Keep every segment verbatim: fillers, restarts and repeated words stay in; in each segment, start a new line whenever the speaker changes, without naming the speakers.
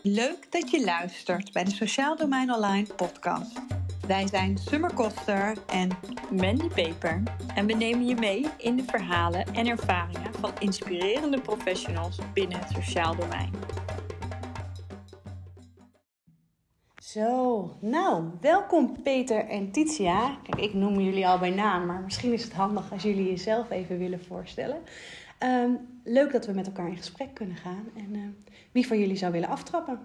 Leuk dat je luistert bij de Sociaal Domein Online podcast. Wij zijn Summer Koster en
Mandy Peper en we nemen je mee in de verhalen en ervaringen van inspirerende professionals binnen het sociaal domein.
Zo, nou, welkom Peter en Titia. Kijk, ik noem jullie al bij naam, maar misschien is het handig als jullie jezelf even willen voorstellen. Um, leuk dat we met elkaar in gesprek kunnen gaan. En uh, wie van jullie zou willen aftrappen?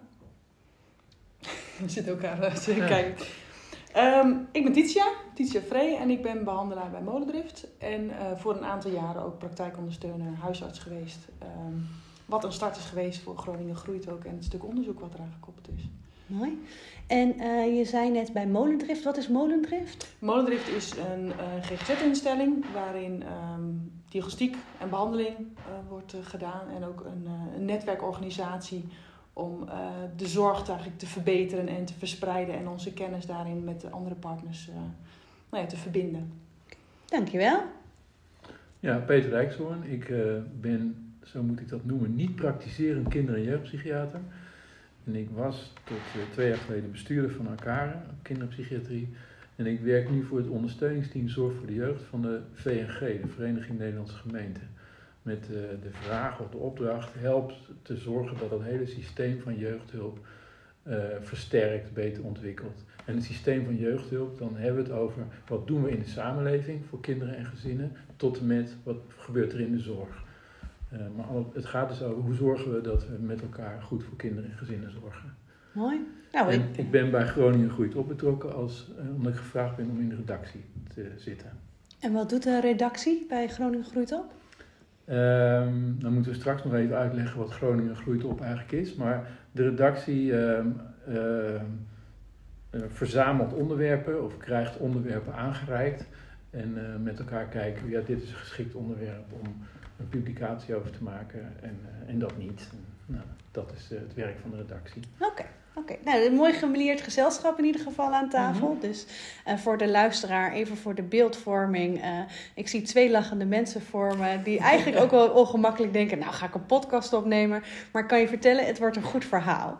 We zitten elkaar uh, te kijken. Um, ik ben Titia, Titia Vree en ik ben behandelaar bij Molendrift. En uh, voor een aantal jaren ook praktijkondersteuner, huisarts geweest. Um, wat een start is geweest voor Groningen Groeit ook en het stuk onderzoek wat eraan gekoppeld is.
Mooi. En uh, je zei net bij Molendrift, wat is Molendrift?
Molendrift is een uh, G G Z-instelling waarin um, diagnostiek en behandeling uh, wordt uh, gedaan. En ook een, uh, een netwerkorganisatie om uh, de zorg eigenlijk te verbeteren en te verspreiden. En onze kennis daarin met de andere partners uh, nou ja, te verbinden.
Dankjewel.
Ja, Peter Rijkshoorn. Ik uh, ben, zo moet ik dat noemen, niet praktiserend kinder- en jeugdpsychiater. En ik was tot uh, twee jaar geleden bestuurder van ACARE, kinderpsychiatrie. En ik werk nu voor het ondersteuningsteam Zorg voor de Jeugd van de V N G, de Vereniging Nederlandse Gemeenten. Met uh, de vraag of de opdracht helpt te zorgen dat het hele systeem van jeugdhulp uh, versterkt, beter ontwikkelt. En het systeem van jeugdhulp, dan hebben we het over wat doen we in de samenleving voor kinderen en gezinnen, tot en met wat gebeurt er in de zorg. Uh, maar het gaat dus over hoe zorgen we dat we met elkaar goed voor kinderen en gezinnen zorgen.
Mooi. Nou,
en
ik...
ik ben bij Groningen Groeit Op betrokken als, uh, omdat ik gevraagd ben om in de redactie te zitten.
En wat doet de redactie bij Groningen Groeit Op?
Um, dan moeten we straks nog even uitleggen wat Groningen Groeit Op eigenlijk is. Maar de redactie um, uh, uh, verzamelt onderwerpen of krijgt onderwerpen aangereikt. En uh, met elkaar kijken, ja, dit is een geschikt onderwerp om een publicatie over te maken en, uh, en dat niet. Nou, dat is uh, het werk van de redactie.
Oké. Okay. Oké, okay. Nou, een mooi gemeleerd gezelschap in ieder geval aan tafel. Mm-hmm. Dus uh, voor de luisteraar, even voor de beeldvorming. Uh, ik zie twee lachende mensen voor me die eigenlijk ook wel ongemakkelijk denken, nou ga ik een podcast opnemen. Maar ik kan je vertellen, het wordt een goed verhaal.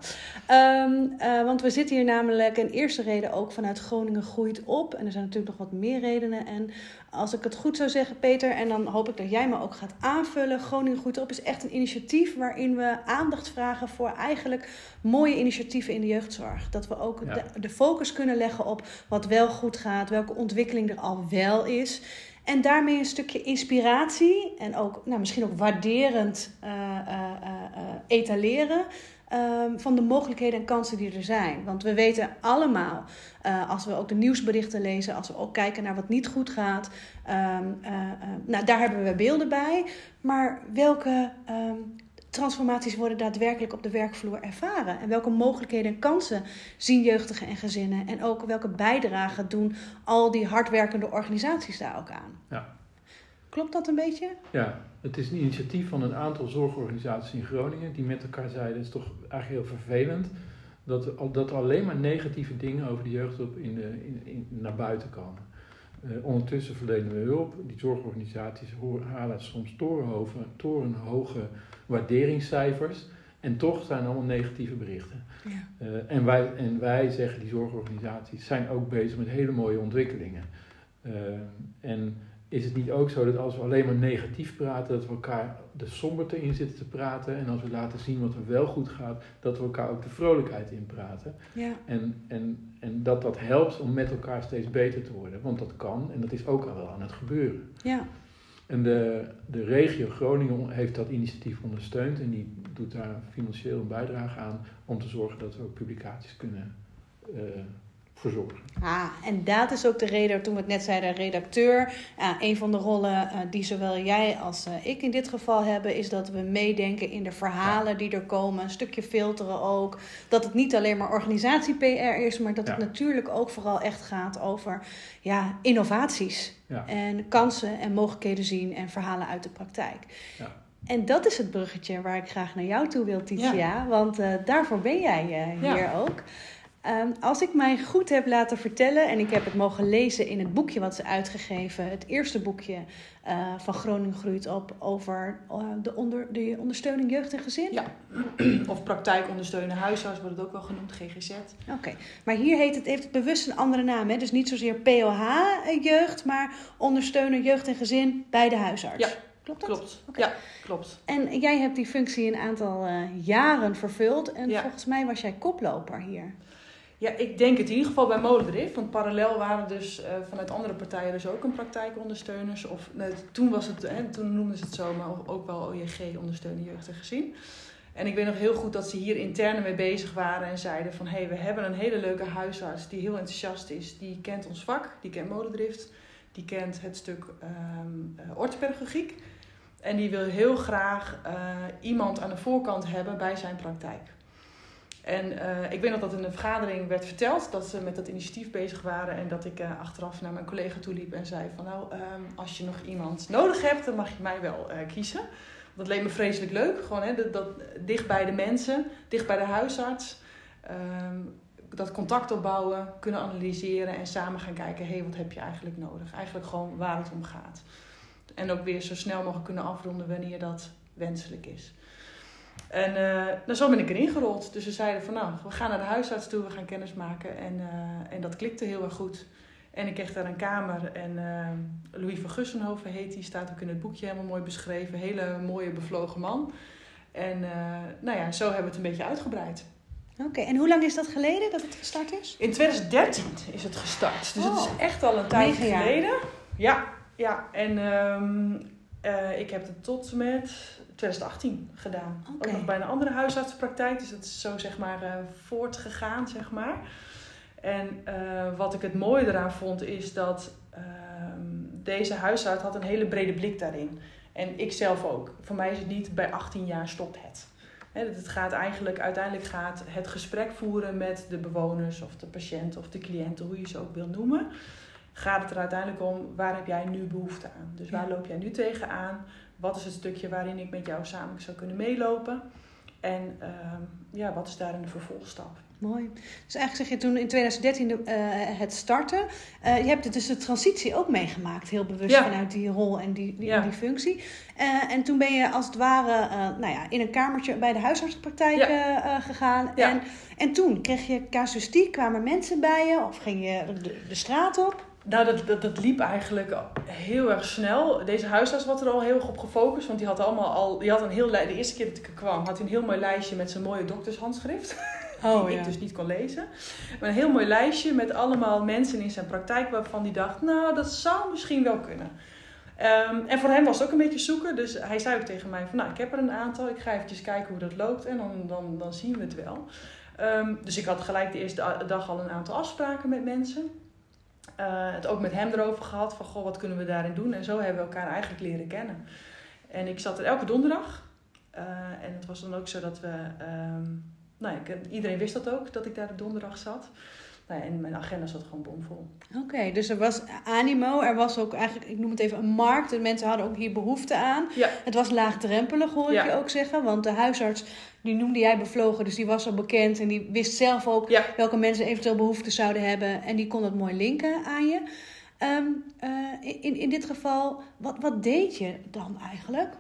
Um, uh, want we zitten hier namelijk, een eerste reden ook vanuit Groningen Groeit Op. En er zijn natuurlijk nog wat meer redenen. En als ik het goed zou zeggen, Peter, en dan hoop ik dat jij me ook gaat aanvullen. Groningen Groeit Op is echt een initiatief waarin we aandacht vragen voor eigenlijk mooie initiatieven in de jeugdzorg. Dat we ook ja. de, de focus kunnen leggen op wat wel goed gaat, welke ontwikkeling er al wel is. En daarmee een stukje inspiratie en ook nou, misschien ook waarderend uh, uh, uh, etaleren um, van de mogelijkheden en kansen die er zijn. Want we weten allemaal, uh, als we ook de nieuwsberichten lezen, als we ook kijken naar wat niet goed gaat, um, uh, uh, nou, daar hebben we beelden bij. Maar welke Um, transformaties worden daadwerkelijk op de werkvloer ervaren? En welke mogelijkheden en kansen zien jeugdigen en gezinnen? En ook welke bijdrage doen al die hardwerkende organisaties daar ook aan?
Ja.
Klopt dat een beetje?
Ja, het is een initiatief van een aantal zorgorganisaties in Groningen die met elkaar zeiden, het is toch eigenlijk heel vervelend dat, dat er alleen maar negatieve dingen over de jeugdhulp in de, in, in, naar buiten komen. Uh, ondertussen verlenen we hulp. Die zorgorganisaties halen soms torenhoge, torenhoge waarderingscijfers. En toch zijn er allemaal negatieve berichten. Ja. Uh, en, wij, en wij zeggen, die zorgorganisaties zijn ook bezig met hele mooie ontwikkelingen. Uh, en is het niet ook zo dat als we alleen maar negatief praten, dat we elkaar de somberte in zitten te praten. En als we laten zien wat er wel goed gaat, dat we elkaar ook de vrolijkheid in praten. Ja. En, en, en dat dat helpt om met elkaar steeds beter te worden. Want dat kan en dat is ook al wel aan het gebeuren. Ja. En de, de regio Groningen heeft dat initiatief ondersteund en die doet daar financieel een bijdrage aan om te zorgen dat we ook publicaties kunnen uh, verzorgen.
Ah, en dat is ook de reden, toen we het net zeiden, redacteur. Uh, een van de rollen uh, die zowel jij als uh, ik in dit geval hebben, is dat we meedenken in de verhalen ja. die er komen. Een stukje filteren ook. Dat het niet alleen maar organisatie-P R is, maar dat ja. het natuurlijk ook vooral echt gaat over ja, innovaties. Ja. En kansen en mogelijkheden zien en verhalen uit de praktijk. Ja. En dat is het bruggetje waar ik graag naar jou toe wil, Titia. Ja. Want uh, daarvoor ben jij uh, hier ja. ook. Um, als ik mij goed heb laten vertellen, en ik heb het mogen lezen in het boekje wat ze uitgegeven, het eerste boekje uh, van Groningen Groeit Op over uh, de, onder, de ondersteuning jeugd en gezin.
Ja, of praktijkondersteunen huisarts wordt het ook wel genoemd, G G Z.
Oké, okay. Maar hier heet het, heeft het bewust een andere naam, hè? Dus niet zozeer P O H jeugd, maar ondersteunen jeugd en gezin bij de huisarts.
Ja.
Klopt dat?
Klopt,
okay.
ja, klopt.
En jij hebt die functie een aantal uh, jaren vervuld en ja. volgens mij was jij koploper hier.
Ja, ik denk het in ieder geval bij Molendrift. Want parallel waren dus uh, vanuit andere partijen dus ook een praktijkondersteuners. Of nee, toen was het, hè, toen noemden ze het zo, maar ook wel O J G, ondersteunen jeugd en gezin. En ik weet nog heel goed dat ze hier intern mee bezig waren en zeiden van hé, hey, we hebben een hele leuke huisarts die heel enthousiast is. Die kent ons vak, die kent Molendrift, die kent het stuk um, uh, orthopedagogiek. En die wil heel graag uh, iemand aan de voorkant hebben bij zijn praktijk. En uh, ik weet nog dat in een vergadering werd verteld dat ze met dat initiatief bezig waren. En dat ik uh, achteraf naar mijn collega toe liep en zei van nou, um, als je nog iemand nodig hebt, dan mag je mij wel uh, kiezen. Want dat leek me vreselijk leuk. Gewoon hè, dat, dat, dicht bij de mensen, dicht bij de huisarts. Um, dat contact opbouwen, kunnen analyseren en samen gaan kijken, hé, hey, wat heb je eigenlijk nodig? Eigenlijk gewoon waar het om gaat. En ook weer zo snel mogelijk kunnen afronden wanneer dat wenselijk is. En uh, nou, zo ben ik erin gerold. Dus ze zeiden van nou, we gaan naar de huisarts toe, we gaan kennis maken. En, uh, en dat klikte heel erg goed. En ik kreeg daar een kamer. En uh, Louis van Gussenhoven heet die, staat ook in het boekje helemaal mooi beschreven. Hele mooie bevlogen man. En uh, nou ja, zo hebben we het een beetje uitgebreid.
Oké, okay, en hoe lang is dat geleden dat het gestart is?
In twintig dertien is het gestart. Dus oh, het is echt al een tijd geleden. Ja, ja. En um, uh, ik heb het tot met twintig achttien gedaan. Okay. Ook nog bij een andere huisartsenpraktijk. Dus dat is zo zeg maar uh, voortgegaan, zeg maar. En uh, wat ik het mooie eraan vond is dat uh, deze huisarts had een hele brede blik daarin. En ik zelf ook. Voor mij is het niet bij achttien jaar stopt het. He, het gaat eigenlijk, uiteindelijk gaat het gesprek voeren met de bewoners of de patiënt of de cliënten, hoe je ze ook wil noemen. Gaat het er uiteindelijk om, waar heb jij nu behoefte aan? Dus waar loop jij nu tegenaan? Wat is het stukje waarin ik met jou samen zou kunnen meelopen? En uh, ja, wat is daarin de vervolgstap?
Mooi. Dus eigenlijk zeg je toen in twintig dertien de, uh, het starten. Uh, je hebt dus de transitie ook meegemaakt. Heel bewust ja. vanuit die rol en die, die, ja. die functie. Uh, en toen ben je als het ware uh, nou ja, in een kamertje bij de huisartsenpraktijk ja. uh, gegaan. Ja. En, en toen kreeg je casuïstiek, kwamen mensen bij je of ging je de, de straat op?
Nou, dat, dat, dat liep eigenlijk heel erg snel. Deze huisarts was er al heel erg op gefocust. Want die had allemaal al. Die had een heel, de eerste keer dat ik er kwam, had hij een heel mooi lijstje met zijn mooie doktershandschrift. Oh, die ja. ik dus niet kon lezen. Maar een heel mooi lijstje met allemaal mensen in zijn praktijk waarvan hij dacht, nou, dat zou misschien wel kunnen. Um, en voor hem was het ook een beetje zoeken. Dus hij zei ook tegen mij van, nou, ik heb er een aantal. Ik ga eventjes kijken hoe dat loopt en dan, dan, dan zien we het wel. Um, dus ik had gelijk de eerste dag al een aantal afspraken met mensen. Uh, het ook met hem erover gehad van, goh, wat kunnen we daarin doen? En zo hebben we elkaar eigenlijk leren kennen. En ik zat er elke donderdag. Uh, en het was dan ook zo dat we... Um, nou, ik, iedereen wist dat ook, dat ik daar de donderdag zat. Nou, en mijn agenda zat gewoon bomvol.
Oké, okay, dus er was animo. Er was ook eigenlijk, ik noem het even, een markt. De mensen hadden ook hier behoefte aan. Ja. Het was laagdrempelig, hoor ik ja. je ook zeggen. Want de huisarts, die noemde jij bevlogen. Dus die was al bekend. En die wist zelf ook ja. welke mensen eventueel behoefte zouden hebben. En die kon dat mooi linken aan je. Um, uh, in, in dit geval, wat, wat deed je dan eigenlijk?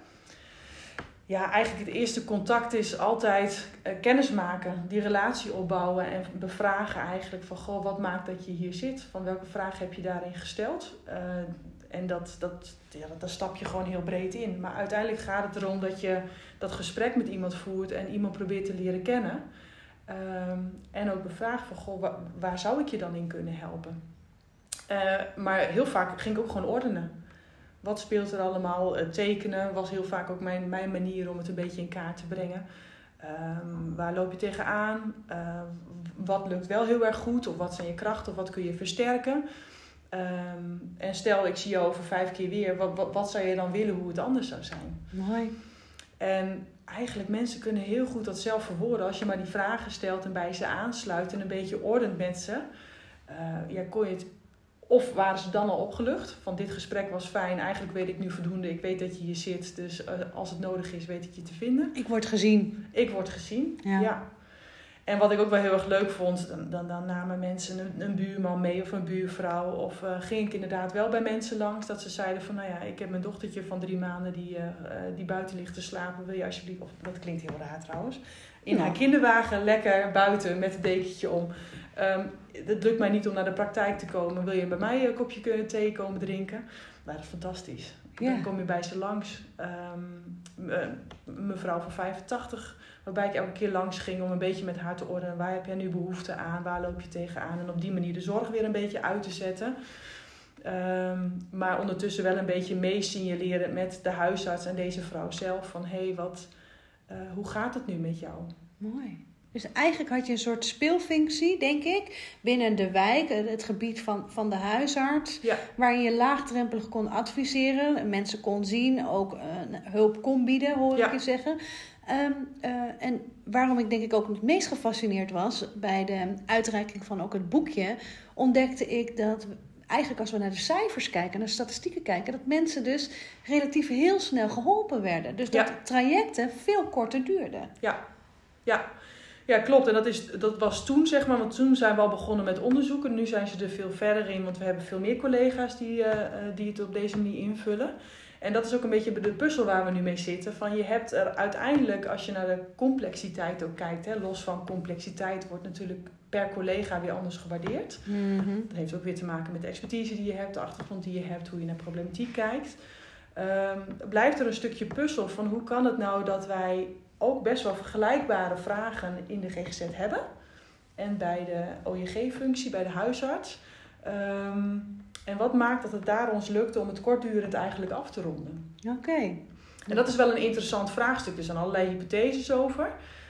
Ja, eigenlijk het eerste contact is altijd uh, kennis maken, die relatie opbouwen en bevragen eigenlijk van, goh, wat maakt dat je hier zit? Van welke vraag heb je daarin gesteld? Uh, en dat, dat, ja, dat, daar stap je gewoon heel breed in. Maar uiteindelijk gaat het erom dat je dat gesprek met iemand voert en iemand probeert te leren kennen. Um, en ook bevraagt van, goh, waar, waar zou ik je dan in kunnen helpen? Uh, maar heel vaak ging ik ook gewoon ordenen. Wat speelt er allemaal? Tekenen was heel vaak ook mijn, mijn manier om het een beetje in kaart te brengen. Um, waar loop je tegenaan? Uh, wat lukt wel heel erg goed? Of wat zijn je krachten? Of wat kun je versterken? Um, en stel, ik zie je over vijf keer weer. Wat, wat, wat zou je dan willen hoe het anders zou zijn?
Mooi.
En eigenlijk mensen kunnen heel goed dat zelf verwoorden. Als je maar die vragen stelt en bij ze aansluit en een beetje ordent met ze. Uh, ja, kon je het... Of waren ze dan al opgelucht? Van dit gesprek was fijn, eigenlijk weet ik nu voldoende. Ik weet dat je hier zit, dus uh, als het nodig is, weet ik je te vinden.
Ik word gezien.
Ik word gezien, ja. ja. En wat ik ook wel heel erg leuk vond, dan, dan, dan namen mensen een, een buurman mee of een buurvrouw. Of uh, ging ik inderdaad wel bij mensen langs dat ze zeiden van, nou ja, ik heb mijn dochtertje van drie maanden die, uh, die buiten ligt te slapen. Wil je alsjeblieft, of dat klinkt heel raar trouwens, in
Ja.
haar kinderwagen lekker buiten met het dekentje om. Um, het lukt mij niet om naar de praktijk te komen. Wil je bij mij een kopje thee komen drinken? Nou, dat is fantastisch.
Ja.
Dan kom je bij ze langs. Um, mevrouw van vijfentachtig, waarbij ik elke keer langs ging om een beetje met haar te ordenen. Waar heb jij nu behoefte aan? Waar loop je tegenaan? En op die manier de zorg weer een beetje uit te zetten. Um, maar ondertussen wel een beetje mee signaleren met de huisarts en deze vrouw zelf. Van, hé, hey, wat, uh, hoe gaat het nu met jou?
Mooi. Dus eigenlijk had je een soort speelfunctie, denk ik, binnen de wijk, het gebied van, van de huisarts.
Ja.
Waarin je laagdrempelig kon adviseren, mensen kon zien, ook uh, hulp kon bieden, hoor
Ja.
ik je zeggen. Um, uh, en waarom ik denk ik ook het meest gefascineerd was bij de uitreiking van ook het boekje, ontdekte ik dat eigenlijk als we naar de cijfers kijken, naar de statistieken kijken, dat mensen dus relatief heel snel geholpen werden. Dus dat
Ja.
trajecten veel korter duurden.
Ja, ja. Ja, klopt. En dat, is, dat was toen, zeg maar, want toen zijn we al begonnen met onderzoeken. Nu zijn ze er veel verder in, want we hebben veel meer collega's die, uh, die het op deze manier invullen. En dat is ook een beetje de puzzel waar we nu mee zitten. Van je hebt er uiteindelijk, als je naar de complexiteit ook kijkt, hè, los van complexiteit wordt natuurlijk per collega weer anders gewaardeerd.
Mm-hmm.
Dat heeft ook weer te maken met de expertise die je hebt, de achtergrond die je hebt, hoe je naar problematiek kijkt. Um, blijft er een stukje puzzel van hoe kan het nou dat wij ook best wel vergelijkbare vragen in de G G Z hebben. En bij de O J G-functie, bij de huisarts. Um, en wat maakt dat het daar ons lukt om het kortdurend eigenlijk af te ronden?
Oké. Okay.
En dat is wel een interessant vraagstuk. Er zijn allerlei hypotheses over.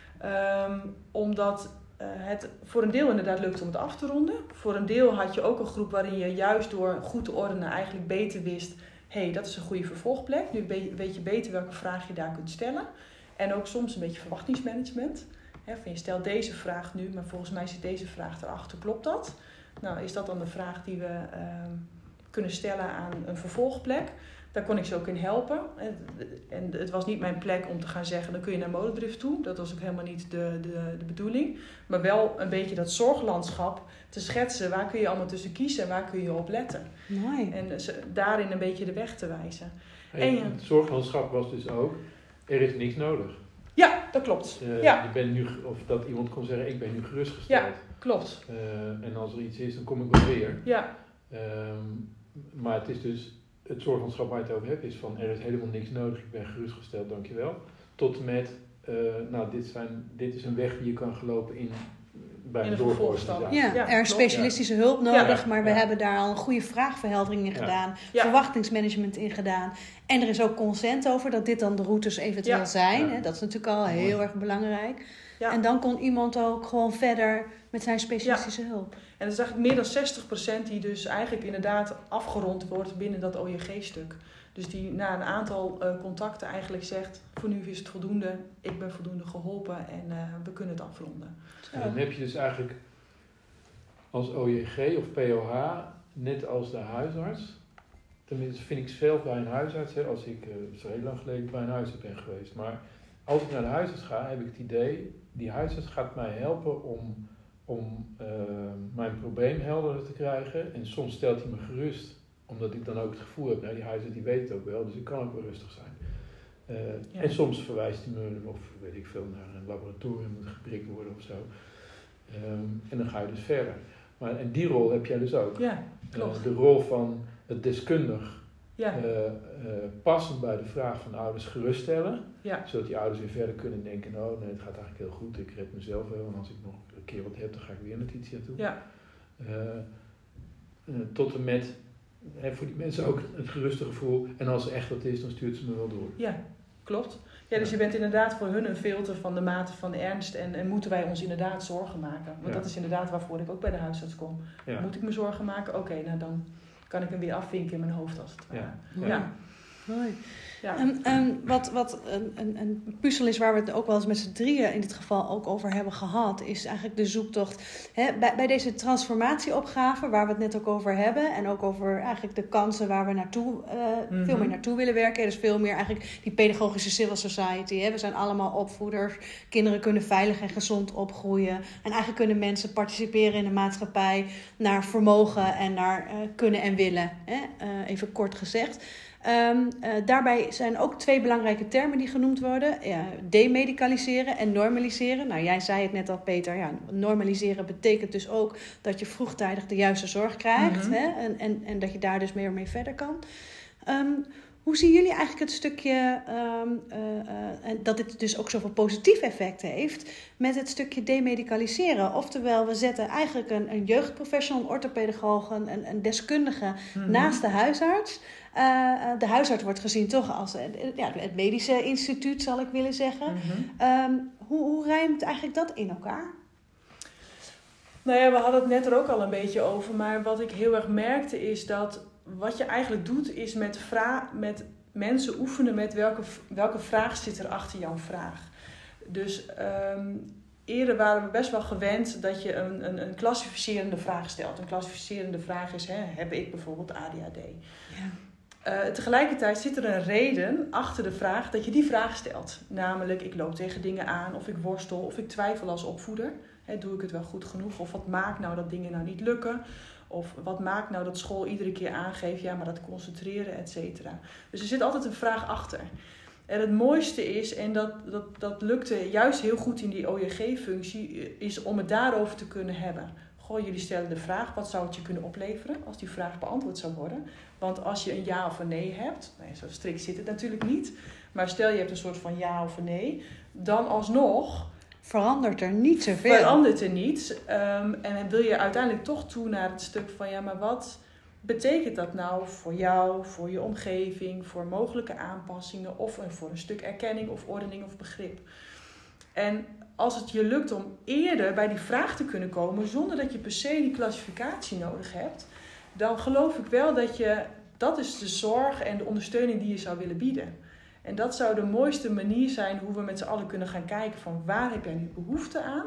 Um, omdat uh, het voor een deel inderdaad lukt om het af te ronden. Voor een deel had je ook een groep waarin je juist door goed te ordenen eigenlijk beter wist, hé, hey, dat is een goede vervolgplek. Nu weet je beter welke vraag je daar kunt stellen. En ook soms een beetje verwachtingsmanagement. He, van je stelt deze vraag nu, maar volgens mij zit deze vraag erachter. Klopt dat? Nou, is dat dan de vraag die we uh, kunnen stellen aan een vervolgplek? Daar kon ik ze ook in helpen. En, en het was niet mijn plek om te gaan zeggen, dan kun je naar Modendrift toe. Dat was ook helemaal niet de, de, de bedoeling. Maar wel een beetje dat zorglandschap te schetsen. Waar kun je allemaal tussen kiezen en waar kun je op letten?
Mooi.
En ze, daarin een beetje de weg te wijzen.
Hey,
en,
het zorglandschap was dus ook, er is niks nodig.
Ja, dat klopt.
Uh,
ja.
je bent nu, of dat iemand kon zeggen, ik ben nu gerustgesteld.
Ja, klopt.
Uh, en als er iets is, dan kom ik wel weer.
Ja.
Um, maar het is dus, het zorglandschap waar je het over hebt, is van, er is helemaal niks nodig, ik ben gerustgesteld, dankjewel. Tot en met, uh, nou, dit, zijn, dit is een weg die je kan gelopen in... bij
in
een
zorgorganisatie.
Ja,
ja,
er is specialistische ja. hulp nodig,
ja,
maar we
ja.
hebben daar al een goede vraagverheldering in gedaan,
ja.
verwachtingsmanagement in gedaan. En er is ook consent over dat dit dan de routes eventueel
ja.
zijn.
Ja.
Hè? Dat is natuurlijk al heel Mooi. erg belangrijk.
Ja.
En dan kon iemand ook gewoon verder met zijn specialistische ja. hulp.
En dat is eigenlijk meer dan zestig procent die dus eigenlijk inderdaad afgerond wordt binnen dat O J G-stuk. Dus die na een aantal uh, contacten eigenlijk zegt, voor nu is het voldoende, ik ben voldoende geholpen en uh, we kunnen het afronden.
En dan heb je dus eigenlijk als O J G of P O H, net als de huisarts, tenminste vind ik zelf bij een huisarts, hè, als ik, uh, het is heel lang geleden bij een huisarts ben geweest, maar als ik naar de huisarts ga, heb ik het idee, die huisarts gaat mij helpen om, om uh, mijn probleem helderder te krijgen en soms stelt hij me gerust, omdat ik dan ook het gevoel heb, nou die huisarts die weet het ook wel, dus ik kan ook wel rustig zijn. Uh, ja. En soms verwijst hij me, of weet ik veel, naar een laboratorium moet geprikt worden of zo. Um, en dan ga je dus verder. Maar, en die rol heb jij dus ook.
Ja, klopt.
Uh, de rol van het deskundig
ja.
uh, uh, passend bij de vraag van ouders geruststellen.
Ja.
Zodat die ouders weer verder kunnen denken, oh nee, het gaat eigenlijk heel goed, ik red mezelf wel. En als ik nog een keer wat heb, dan ga ik weer naar Titia toe.
Ja.
Uh, uh, tot en met, hè, voor die mensen ook het geruste gevoel. En als er echt wat is, dan stuurt ze me wel door.
Ja, klopt. Ja, dus je bent inderdaad voor hun een filter van de mate van ernst en, en moeten wij ons inderdaad zorgen maken. Want ja. dat is inderdaad waarvoor ik ook bij de huisarts kom. Ja. Moet ik me zorgen maken? Oké, okay, nou dan kan ik hem weer afvinken in mijn hoofd als het ware.
Ja.
Ja. Mooi.
Ja.
En, en wat, wat een, een, een puzzel is waar we het ook wel eens met z'n drieën in dit geval ook over hebben gehad, is eigenlijk de zoektocht. Hè, bij, bij deze transformatieopgave, waar we het net ook over hebben, en ook over eigenlijk de kansen waar we naartoe, uh, mm-hmm. veel meer naartoe willen werken. Dus veel meer eigenlijk die pedagogische civil society. Hè. We zijn allemaal opvoeders. Kinderen kunnen veilig en gezond opgroeien. En eigenlijk kunnen mensen participeren in de maatschappij naar vermogen en naar uh, kunnen en willen. Hè. Uh, even kort gezegd. Um, uh, daarbij zijn ook twee belangrijke termen die genoemd worden. Ja, demedicaliseren en normaliseren. Nou, jij zei het net al, Peter. Ja, normaliseren betekent dus ook dat je vroegtijdig de juiste zorg krijgt. Mm-hmm. Hè? En, en, en dat je daar dus meer mee verder kan. Um, hoe zien jullie eigenlijk het stukje, um, uh, uh, en dat dit dus ook zoveel positieve effecten heeft, met het stukje demedicaliseren? Oftewel, we zetten eigenlijk een, een jeugdprofessional, een orthopedagoog, een, een deskundige mm-hmm. naast de huisarts. Uh, de huisarts wordt gezien toch als uh, ja, het medische instituut, zal ik willen zeggen. Mm-hmm. Um, hoe, hoe rijmt eigenlijk dat in elkaar?
Nou ja, we hadden het net er ook al een beetje over. Maar wat ik heel erg merkte is dat wat je eigenlijk doet is met, vra- met mensen oefenen met welke, welke vraag zit er achter jouw vraag. Dus um, eerder waren we best wel gewend dat je een, een, een klassificerende vraag stelt. Een klassificerende vraag is, hè, heb ik bijvoorbeeld A D H D? Ja. Uh, tegelijkertijd zit er een reden achter de vraag dat je die vraag stelt. Namelijk, ik loop tegen dingen aan, of ik worstel, of ik twijfel als opvoeder. He, doe ik het wel goed genoeg? Of wat maakt nou dat dingen nou niet lukken? Of wat maakt nou dat school iedere keer aangeeft, ja, maar dat concentreren, et cetera. Dus er zit altijd een vraag achter. En het mooiste is, en dat, dat, dat lukte juist heel goed in die O J G-functie, is om het daarover te kunnen hebben. Goh, jullie stellen de vraag, wat zou het je kunnen opleveren als die vraag beantwoord zou worden? Want als je een ja of een nee hebt, nou ja, zo strikt zit het natuurlijk niet, maar stel je hebt een soort van ja of een nee, dan alsnog
verandert er niet zoveel.
Verandert er niets. Um, en wil je uiteindelijk toch toe naar het stuk van, ja, maar wat betekent dat nou voor jou, voor je omgeving, voor mogelijke aanpassingen of voor een stuk erkenning of ordening of begrip? En als het je lukt om eerder bij die vraag te kunnen komen zonder dat je per se die klassificatie nodig hebt, dan geloof ik wel dat je, dat is de zorg en de ondersteuning die je zou willen bieden. En dat zou de mooiste manier zijn hoe we met z'n allen kunnen gaan kijken van waar heb jij nu behoefte aan?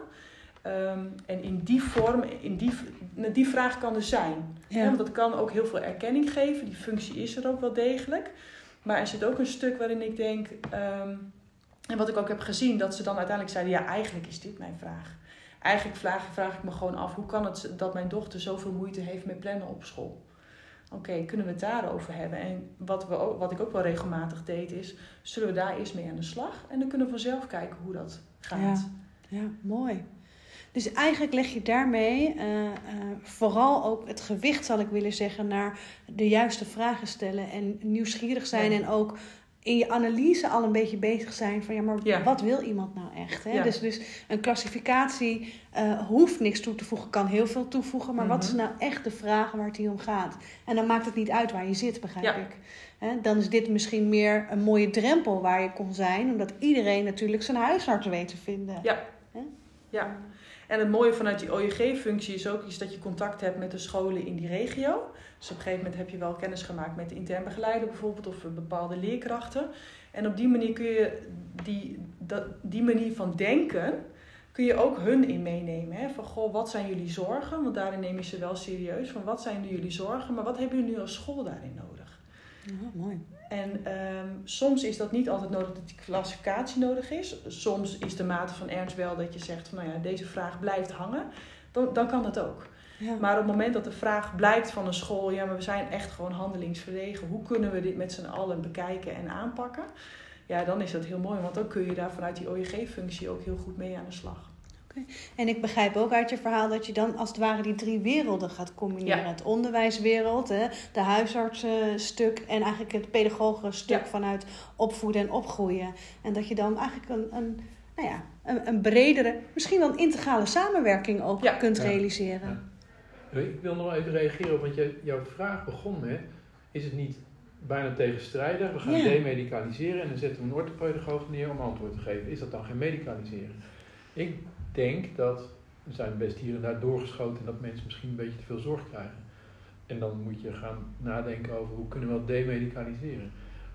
Um, en in die vorm, in die, die vraag kan er zijn. Ja. Ja, want dat kan ook heel veel erkenning geven. Die functie is er ook wel degelijk. Maar er zit ook een stuk waarin ik denk, um, en wat ik ook heb gezien, dat ze dan uiteindelijk zeiden, ja, eigenlijk is dit mijn vraag. Eigenlijk vraag, vraag ik me gewoon af, hoe kan het dat mijn dochter zoveel moeite heeft met plannen op school? Oké, okay, kunnen we het daarover hebben? En wat, we ook, wat ik ook wel regelmatig deed is, zullen we daar eerst mee aan de slag? En dan kunnen we vanzelf kijken hoe dat gaat.
Ja, ja, mooi. Dus eigenlijk leg je daarmee uh, uh, vooral ook het gewicht, zal ik willen zeggen, naar de juiste vragen stellen en nieuwsgierig zijn ja. en ook in je analyse al een beetje bezig zijn van ja, maar ja. wat wil iemand nou echt? Hè? Ja. Dus, dus een klassificatie uh, hoeft niks toe te voegen, kan heel veel toevoegen, maar mm-hmm. wat is nou echt de vraag waar het hier om gaat? En dan maakt het niet uit waar je zit, begrijp ja. ik. Hè? Dan is dit misschien meer een mooie drempel waar je kon zijn, omdat iedereen natuurlijk zijn huisarts weet te vinden.
Ja, Hè? ja. En het mooie vanuit die O J G-functie is ook is dat je contact hebt met de scholen in die regio. Dus op een gegeven moment heb je wel kennis gemaakt met de intern begeleider bijvoorbeeld of bepaalde leerkrachten. En op die manier kun je die, dat, die manier van denken, kun je ook hun in meenemen. Hè? Van goh, wat zijn jullie zorgen? Want daarin neem je ze wel serieus. Van wat zijn jullie zorgen? Maar wat hebben jullie nu als school daarin nodig?
Ja, mooi.
En um, soms is dat niet altijd nodig dat die klassificatie nodig is. Soms is de mate van ernst wel dat je zegt van nou ja, deze vraag blijft hangen. Dan, dan kan dat ook. Ja. Maar op het moment dat de vraag blijkt van een school, ja, maar we zijn echt gewoon handelingsverlegen. Hoe kunnen we dit met z'n allen bekijken en aanpakken? Ja, dan is dat heel mooi. Want dan kun je daar vanuit die O J G-functie ook heel goed mee aan de slag.
Okay. En ik begrijp ook uit je verhaal dat je dan als het ware die drie werelden gaat combineren. Ja. Het onderwijswereld, hè, de huisartsenstuk en eigenlijk het pedagogenstuk ja. vanuit opvoeden en opgroeien. En dat je dan eigenlijk een, een, nou ja, een, een bredere, misschien wel een integrale samenwerking ook ja. kunt ja. realiseren.
Ja. Ik wil nog even reageren op, want je, jouw vraag begon met, is het niet bijna tegenstrijdig? We gaan ja. demedicaliseren en dan zetten we een orthopedagoog neer om antwoord te geven. Is dat dan geen medicaliseren? Ik denk dat, we zijn best hier en daar doorgeschoten dat mensen misschien een beetje te veel zorg krijgen. En dan moet je gaan nadenken over hoe kunnen we dat demedicaliseren.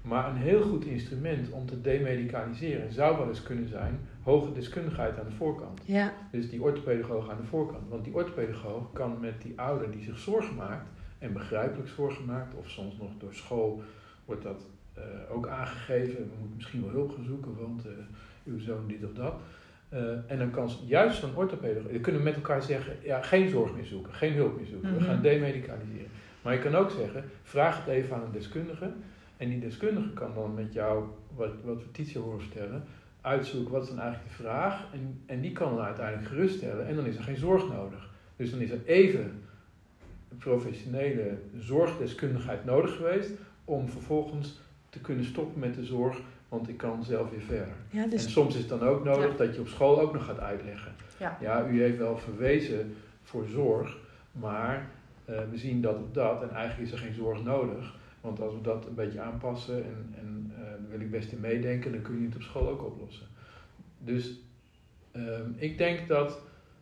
Maar een heel goed instrument om te demedicaliseren zou wel eens kunnen zijn hoge deskundigheid aan de voorkant.
Ja.
Dus die orthopedagoog aan de voorkant. Want die orthopedagoog kan met die ouder die zich zorgen maakt, en begrijpelijk zorgen maakt, of soms nog door school wordt dat uh, ook aangegeven, we moeten misschien wel hulp gaan zoeken, want uh, uw zoon dit of dat. Uh, en dan kan juist zo'n orthopedagoog, we kunnen met elkaar zeggen, ja, geen zorg meer zoeken, geen hulp meer zoeken, mm-hmm. we gaan demedicaliseren. Maar je kan ook zeggen, vraag het even aan een deskundige. En die deskundige kan dan met jou, wat, wat we Titia horen vertellen, uitzoeken wat is dan eigenlijk de vraag. En, en die kan dan uiteindelijk geruststellen en dan is er geen zorg nodig. Dus dan is er even professionele zorgdeskundigheid nodig geweest om vervolgens te kunnen stoppen met de zorg, want ik kan zelf weer verder. Ja, dus en soms is het dan ook nodig ja. dat je op school ook nog gaat uitleggen. Ja, ja u heeft wel verwezen voor zorg, maar uh, we zien dat op dat en eigenlijk is er geen zorg nodig. Want als we dat een beetje aanpassen en, en uh, daar wil ik best in meedenken, dan kun je het op school ook oplossen. Dus uh, ik denk dat,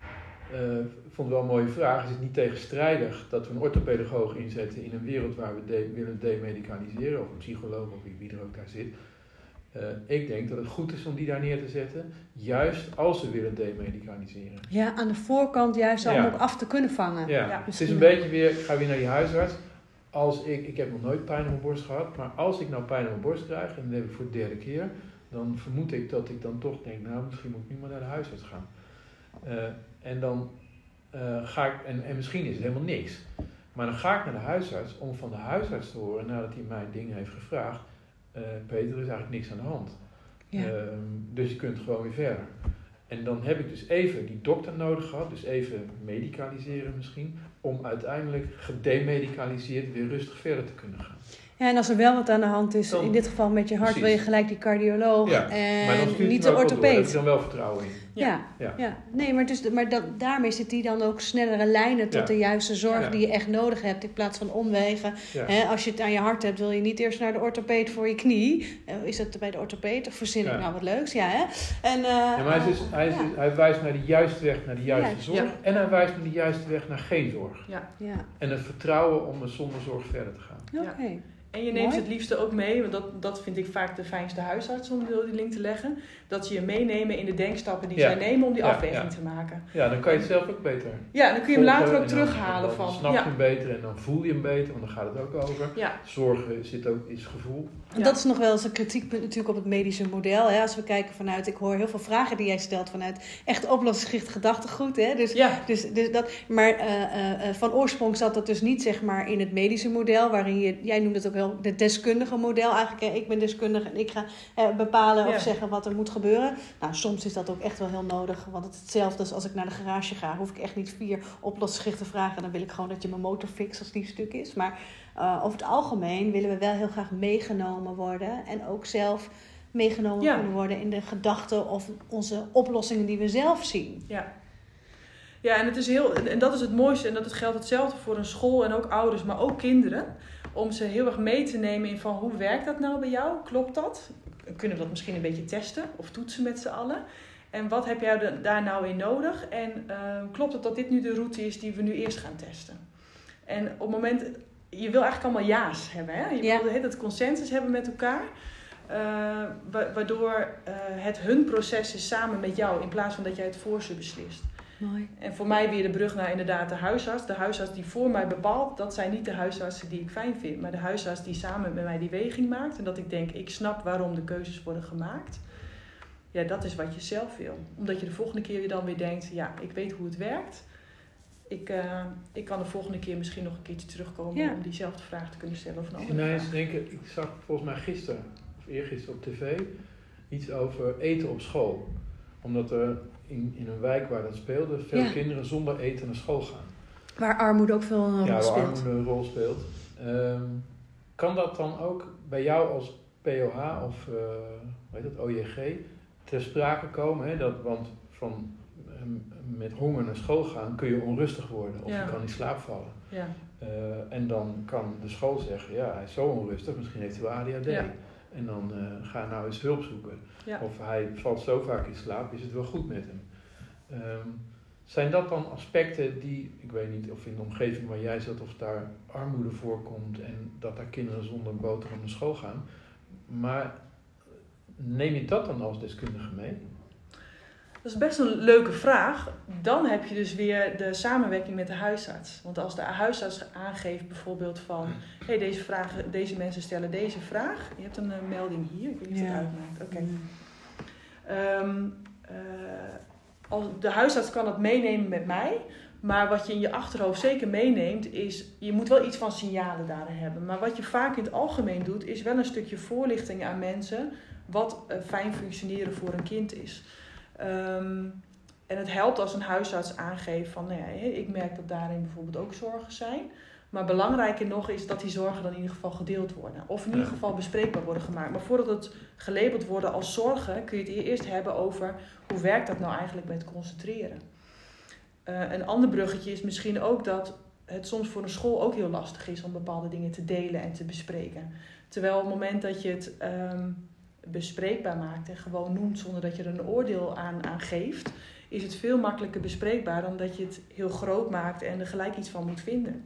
uh, ik vond het wel een mooie vraag, is het niet tegenstrijdig dat we een orthopedagoog inzetten in een wereld waar we de, willen demedicaliseren, of een psycholoog of wie er ook daar zit. Uh, ik denk dat het goed is om die daar neer te zetten, juist als we willen demedicaliseren.
Ja, aan de voorkant juist al ja. om het af te kunnen vangen.
Ja, ja. Het is een beetje weer, ik ga weer naar die huisarts. Als ik, ik heb nog nooit pijn op mijn borst gehad, maar als ik nou pijn op mijn borst krijg, en dat heb ik voor de derde keer, dan vermoed ik dat ik dan toch denk, nou misschien moet ik nu maar naar de huisarts gaan. Uh, en dan uh, ga ik, en, en misschien is het helemaal niks, maar dan ga ik naar de huisarts om van de huisarts te horen, nadat hij mij dingen heeft gevraagd, uh, Peter, er is eigenlijk niks aan de hand. Ja. Uh, dus je kunt gewoon weer verder. En dan heb ik dus even die dokter nodig gehad, dus even medicaliseren misschien, om uiteindelijk gedemedicaliseerd weer rustig verder te kunnen gaan.
Ja, en als er wel wat aan de hand is, dan, in dit geval met je hart, precies. wil je gelijk die cardioloog ja, en niet de orthopeed. Daar heb ik
dan wel vertrouwen in.
Ja, ja. ja. ja. Nee, maar, dus, maar dat, daarmee zit die dan ook snellere lijnen tot ja. de juiste zorg ja. die je echt nodig hebt, in plaats van omwegen. Ja. He, als je het aan je hart hebt, wil je niet eerst naar de orthopeed voor je knie. Is dat bij de orthopeed of verzin ik ja. nou wat leuks? Ja, hè? En, uh,
ja, maar hij, is, hij, is, ja. hij wijst naar de juiste weg, naar de juiste ja. zorg. Ja. En hij wijst naar de juiste weg naar geen zorg. Ja. Ja. En het vertrouwen om zonder zorg verder te gaan.
Oké. Okay.
En je neemt Mooi. het liefste ook mee, want dat, dat vind ik vaak de fijnste huisarts om die link te leggen. Dat ze je meenemen in de denkstappen die ja. zij nemen om die ja, afweging ja. te maken.
Ja, dan kan je het zelf ook beter.
Ja, dan kun je hem later ook terughalen.
Dan, dan
van.
snap je
ja.
hem beter en dan voel je hem beter, want dan gaat het ook over. Ja. Zorgen zit ook is gevoel.
En dat is nog wel eens een kritiekpunt natuurlijk op het medische model. Hè? Als we kijken vanuit, ik hoor heel veel vragen die jij stelt vanuit echt oplossingsgericht gedachtegoed. Hè? Dus, ja. dus, dus dat, maar uh, uh, van oorsprong zat dat dus niet zeg maar in het medische model, waarin je, jij noemt het ook wel de deskundige model eigenlijk. Hè? Ik ben deskundige en ik ga uh, bepalen ja. of zeggen wat er moet gebeuren. Nou, soms is dat ook echt wel heel nodig, want het is hetzelfde als als ik naar de garage ga. Hoef ik echt niet vier oplossingsgerichte vragen. Dan wil ik gewoon dat je mijn motor fixt als die stuk is. Maar uh, over het algemeen willen we wel heel graag meegenomen worden. En ook zelf meegenomen ja. kunnen worden in de gedachten of onze oplossingen die we zelf zien.
Ja. Ja, en, het is heel, en dat is het mooiste. En dat het geldt hetzelfde voor een school en ook ouders, maar ook kinderen. Om ze heel erg mee te nemen in van hoe werkt dat nou bij jou? Klopt dat? Kunnen we dat misschien een beetje testen of toetsen met z'n allen? En wat heb jij daar nou in nodig? En uh, klopt het dat dit nu de route is die we nu eerst gaan testen? En op het moment, je wil eigenlijk allemaal ja's hebben. Hè? Je ja. wil het consensus hebben met elkaar. Uh, wa- waardoor uh, het hun proces is samen met jou in plaats van dat jij het voor ze beslist.
Mooi.
En voor mij weer de brug naar inderdaad de huisarts. De huisarts die voor mij bepaalt, dat zijn niet de huisartsen die ik fijn vind. Maar de huisarts die samen met mij die weging maakt. En dat ik denk, ik snap waarom de keuzes worden gemaakt. Ja, dat is wat je zelf wil. Omdat je de volgende keer weer dan weer denkt, ja, ik weet hoe het werkt. Ik, uh, ik kan de volgende keer misschien nog een keertje terugkomen ja. om diezelfde vraag te kunnen stellen. Of een andere
nee,
vraag.
Denken, ik zag volgens mij gisteren, of eergisteren op tv, iets over eten op school. Omdat er in, in een wijk waar dat speelde, veel ja. kinderen zonder eten naar school gaan.
Waar armoede ook veel een rol
ja,
speelt.
Ja, waar armoede een rol speelt. Um, kan dat dan ook bij jou als P O H of uh, hoe heet dat, O J G ter sprake komen? Hè? Dat, want van um, met honger naar school gaan kun je onrustig worden of ja. je kan in slaap vallen. Ja. Uh, en dan kan de school zeggen, ja, hij is zo onrustig, misschien heeft hij wel A D H D. Ja. En dan uh, ga nou eens hulp zoeken. Ja. Of hij valt zo vaak in slaap, is het wel goed met hem. Um, zijn dat dan aspecten die, ik weet niet of in de omgeving waar jij zat, of daar armoede voorkomt en dat daar kinderen zonder boterham naar school gaan. maar neem je dat dan als deskundige mee?
Dat is best een leuke vraag. Dan heb je dus weer de samenwerking met de huisarts. Want als de huisarts aangeeft bijvoorbeeld van... hé, hey, deze, vragen, deze mensen stellen deze vraag. Je hebt een uh, melding hier. Ik weet niet of je het uitmaakt. Oké. Okay. Um, uh, als de huisarts kan het meenemen met mij. Maar wat je in je achterhoofd zeker meeneemt is... je moet wel iets van signalen daarin hebben. Maar wat je vaak in het algemeen doet... is wel een stukje voorlichting aan mensen... wat uh, fijn functioneren voor een kind is. Um, en het helpt als een huisarts aangeeft van... Nou ja, ik merk dat daarin bijvoorbeeld ook zorgen zijn. Maar belangrijker nog is dat die zorgen dan in ieder geval gedeeld worden. Of in ieder geval bespreekbaar worden gemaakt. Maar voordat het gelabeld wordt als zorgen... kun je het eerst hebben over... hoe werkt dat nou eigenlijk bij het concentreren. Uh, een ander bruggetje is misschien ook dat... het soms voor een school ook heel lastig is... om bepaalde dingen te delen en te bespreken. Terwijl op het moment dat je het... Um, bespreekbaar maakt en gewoon noemt zonder dat je er een oordeel aan, aan geeft, is het veel makkelijker bespreekbaar dan dat je het heel groot maakt en er gelijk iets van moet vinden.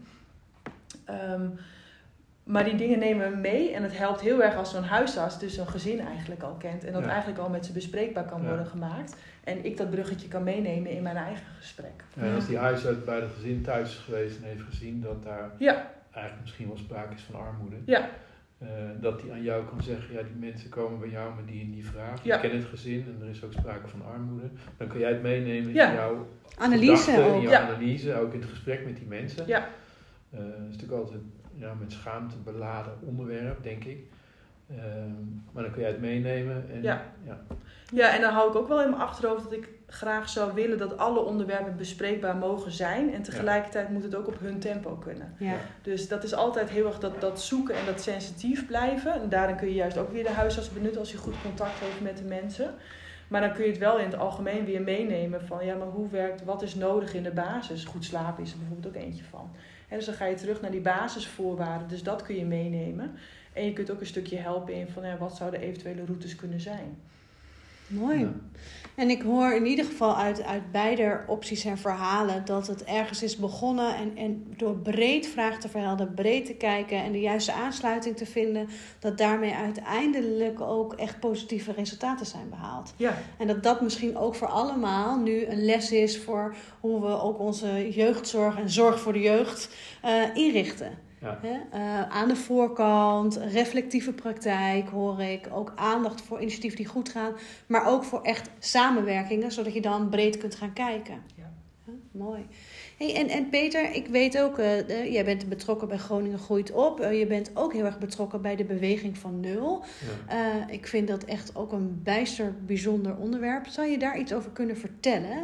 Um, maar die dingen nemen we mee en het helpt heel erg als zo'n huisarts dus zo'n gezin eigenlijk al kent en dat ja. eigenlijk al met ze bespreekbaar kan ja. worden gemaakt en ik dat bruggetje kan meenemen in mijn eigen gesprek.
Ja, en als die huisarts bij het gezin thuis is geweest en heeft gezien dat daar ja. eigenlijk misschien wel sprake is van armoede,
ja.
Uh, dat die aan jou kan zeggen, ja, die mensen komen bij jou met die en die vraag.
Ja.
Je kent het gezin en er is ook sprake van armoede. Dan kan jij het meenemen
ja.
in jouw
analyse, ook.
in jouw
ja.
analyse, ook in het gesprek met die mensen.
Ja.
Uh, dat is natuurlijk altijd ja, met schaamte beladen onderwerp, denk ik. Uh, maar dan kun jij het meenemen. En,
ja.
Ja.
ja, en dan hou ik ook wel in mijn achterhoofd dat ik graag zou willen dat alle onderwerpen bespreekbaar mogen zijn. En tegelijkertijd ja. moet het ook op hun tempo kunnen.
Ja.
Dus dat is altijd heel erg dat, dat zoeken en dat sensitief blijven. En daarin kun je juist ook weer de huisarts benutten als je goed contact heeft met de mensen. Maar dan kun je het wel in het algemeen weer meenemen van ja, maar hoe werkt, wat is nodig in de basis? Goed slapen is er bijvoorbeeld ook eentje van. En dus dan ga je terug naar die basisvoorwaarden, dus dat kun je meenemen. En je kunt ook een stukje helpen in van ja, wat zouden eventuele routes kunnen zijn.
Mooi. Ja. En ik hoor in ieder geval uit, uit beide opties en verhalen dat het ergens is begonnen en, en door breed vragen te verhelden, breed te kijken en de juiste aansluiting te vinden, dat daarmee uiteindelijk ook echt positieve resultaten zijn behaald.
Ja. En
dat dat misschien ook voor allemaal nu een les is voor hoe we ook onze jeugdzorg en zorg voor de jeugd uh, inrichten.
Ja.
He, uh, aan de voorkant, reflectieve praktijk hoor ik. Ook aandacht voor initiatieven die goed gaan. Maar ook voor echt samenwerkingen, zodat je dan breed kunt gaan kijken.
Ja.
Ja, mooi. Hey, en, en Peter, ik weet ook, uh, uh, jij bent betrokken bij Groningen Groeit Op. Uh, je bent ook heel erg betrokken bij de beweging van nul. Ja. Uh, ik vind dat echt ook een bijster bijzonder onderwerp. Zou je daar iets over kunnen vertellen?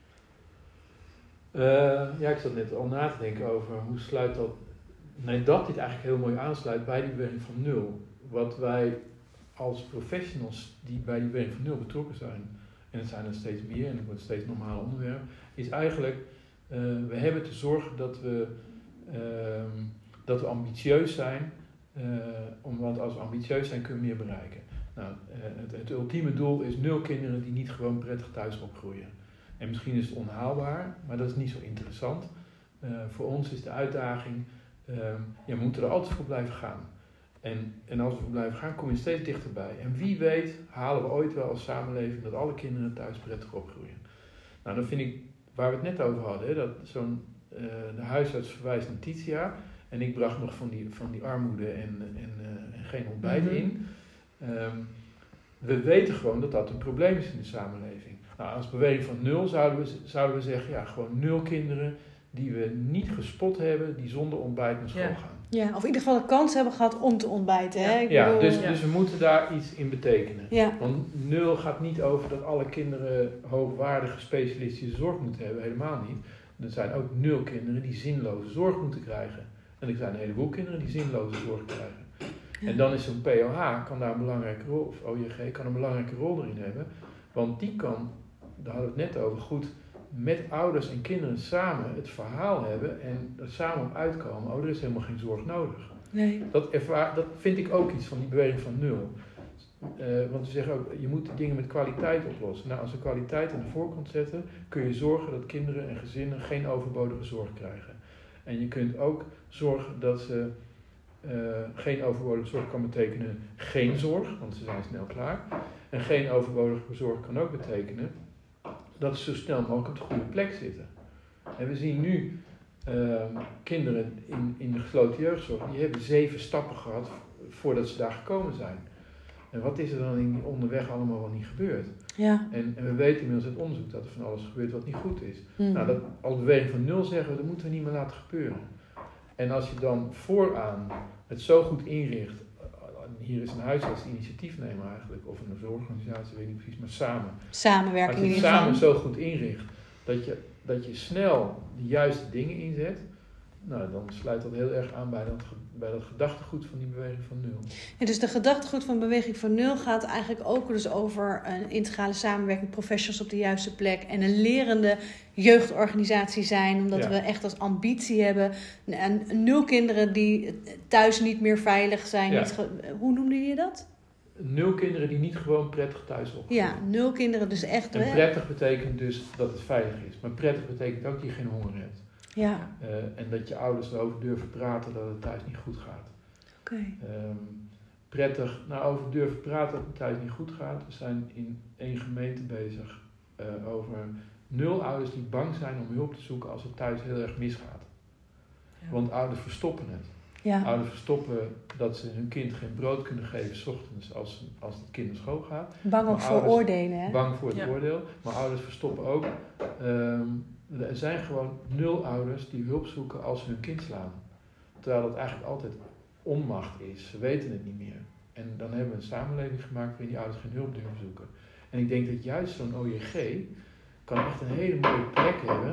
Uh, ja, ik zat net al na te denken over hoe sluit dat... Nee, dat dit eigenlijk heel mooi aansluit bij die beweging van nul. Wat wij als professionals die bij die beweging van nul betrokken zijn, en het zijn er steeds meer en het wordt steeds een normaal onderwerp, is eigenlijk, uh, we hebben te zorgen dat we, uh, dat we ambitieus zijn, uh, om, want als we ambitieus zijn kunnen we meer bereiken. Nou, uh, het, het ultieme doel is nul kinderen die niet gewoon prettig thuis opgroeien. En misschien is het onhaalbaar, maar dat is niet zo interessant. Uh, voor ons is de uitdaging, uh, ja, we moeten er altijd voor blijven gaan. En, en als we voor blijven gaan, kom je steeds dichterbij. En wie weet halen we ooit wel als samenleving dat alle kinderen thuis prettig opgroeien. Nou, dan vind ik, waar we het net over hadden, hè, dat zo'n, uh, de huisarts verwijst naar Titia. En ik bracht nog van die, van die armoede en, en, uh, en geen ontbijt mm-hmm. in. Um, we weten gewoon dat dat een probleem is in de samenleving. Nou, als beweging van nul zouden we, zouden we zeggen, ja, gewoon nul kinderen die we niet gespot hebben, die zonder ontbijt naar school
ja.
gaan.
Ja, of in ieder geval de kans hebben gehad om te ontbijten.
Ja,
hè? Ik
ja,
bedoel...
dus,
ja,
dus we moeten daar iets in betekenen.
Ja.
Want nul gaat niet over dat alle kinderen hoogwaardige specialistische zorg moeten hebben. Helemaal niet. Er zijn ook nul kinderen die zinloze zorg moeten krijgen. En er zijn een heleboel kinderen die zinloze zorg krijgen. Ja. En dan is zo'n P O H, kan daar een belangrijke rol, of O J G kan een belangrijke rol erin hebben. Want die kan, daar hadden we het net over, goed met ouders en kinderen samen het verhaal hebben en er samen op uitkomen. Oh, er is helemaal geen zorg nodig.
Nee.
Dat, ervaar, dat vind ik ook iets van die beweging van nul. Uh, want we zeggen ook, je moet dingen met kwaliteit oplossen. Nou, als we kwaliteit aan de voorkant zetten, kun je zorgen dat kinderen en gezinnen geen overbodige zorg krijgen. En je kunt ook zorgen dat ze Uh, geen overbodige zorg kan betekenen geen zorg, want ze zijn snel klaar. En geen overbodige zorg kan ook betekenen dat ze zo snel mogelijk op de goede plek zitten. En we zien nu uh, kinderen in, in de gesloten jeugdzorg, die hebben zeven stappen gehad voordat ze daar gekomen zijn. En wat is er dan in die onderweg allemaal wel niet gebeurd? Ja. En, en we weten inmiddels uit onderzoek dat er van alles gebeurt wat niet goed is. Mm. Nou, dat, als beweging van nul zeggen we, dat moeten we niet meer laten gebeuren. En als je dan vooraan het zo goed inricht, hier is een huisarts initiatiefnemer eigenlijk, of een zorgorganisatie, weet ik niet precies, maar samen.
Samenwerking in
ieder geval. Als je het samen zo goed inricht, dat je, dat je snel de juiste dingen inzet, nou, dan sluit dat heel erg aan bij dat, bij dat gedachtegoed van die beweging van nul.
Ja, dus de gedachtegoed van beweging van nul gaat eigenlijk ook dus over een integrale samenwerking, professionals op de juiste plek en een lerende jeugdorganisatie zijn, omdat ja. we echt als ambitie hebben en nul kinderen die thuis niet meer veilig zijn. Ja. Niet ge- Hoe noemde je dat?
Nul kinderen die niet gewoon prettig thuis opgroeien.
Ja, nul kinderen dus echt.
En prettig betekent dus dat het veilig is, maar prettig betekent ook dat je geen honger hebt.
Ja.
Uh, en dat je ouders erover durven praten dat het thuis niet goed gaat.
Oké. Okay.
Um, prettig, nou over durven praten dat het thuis niet goed gaat. We zijn in één gemeente bezig uh, over nul ouders die bang zijn om hulp te zoeken als het thuis heel erg misgaat. Ja. Want ouders verstoppen het.
Ja.
Ouders verstoppen dat ze hun kind geen brood kunnen geven 's ochtends als, als het kind naar school gaat.
Bang ook voor oordelen, hè?
Bang voor het
ja.
oordeel. Maar ouders verstoppen ook. Um, Er zijn gewoon nul ouders die hulp zoeken als ze hun kind slaan. Terwijl dat eigenlijk altijd onmacht is. Ze weten het niet meer. En dan hebben we een samenleving gemaakt waarin die ouders geen hulp durven zoeken. En ik denk dat juist zo'n O J G kan echt een hele mooie plek hebben.